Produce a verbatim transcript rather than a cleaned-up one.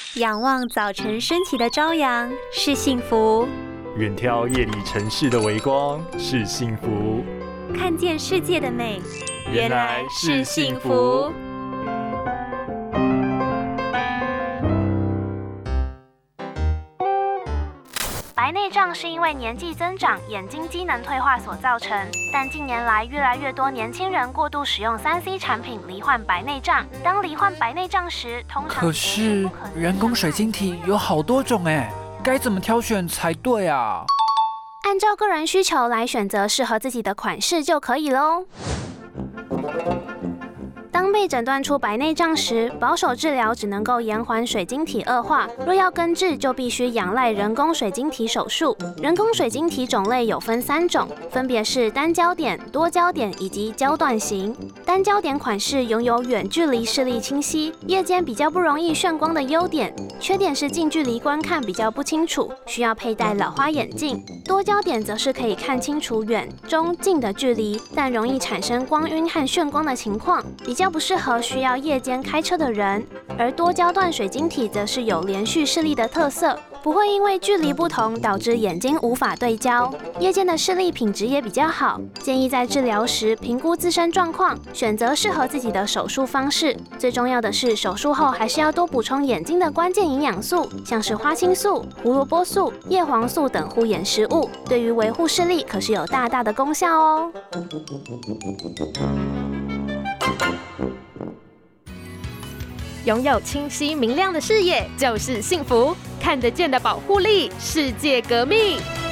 仰望早晨升起的朝阳是幸福， 远眺夜里城市的微光是幸福， 看见世界的美原来是幸福。 白内障是因为年纪增长，眼睛机能退化所造成，但近年来越来越多年轻人过度使用 三 C 产品，罹患白内障。当罹患白内障时，通常可是人工水晶体有好多种哎，该怎么挑选才对啊？ 按照个人需求来选择适合自己的款式就可以喽。当被诊断出白内障时，保守治疗只能够延缓水晶体恶化，若要根治，就必须仰赖人工水晶体手术。人工水晶体种类有分三种，分别是单焦点、多焦点以及焦段型。单焦点款式拥有远距离视力清晰、夜间比较不容易眩光的优点，缺点是近距离观看比较不清楚，需要佩戴老花眼镜。多焦点则是可以看清楚远、中、近的距离，但容易产生光晕和眩光的情况，比较不适合需要夜间开车的人。而多焦段水晶体则是有连续视力的特色，不会因为距离不同导致眼睛无法对焦，夜间的视力品质也比较好。建议在治疗时评估自身状况，选择适合自己的手术方式。最重要的是，手术后还是要多补充眼睛的关键营养素，像是花青素、胡萝卜素、叶黄素等护眼食物，对于维护视力可是有大大的功效哦。 拥有清晰明亮的视野就是幸福，看得见的保护力，世界革命。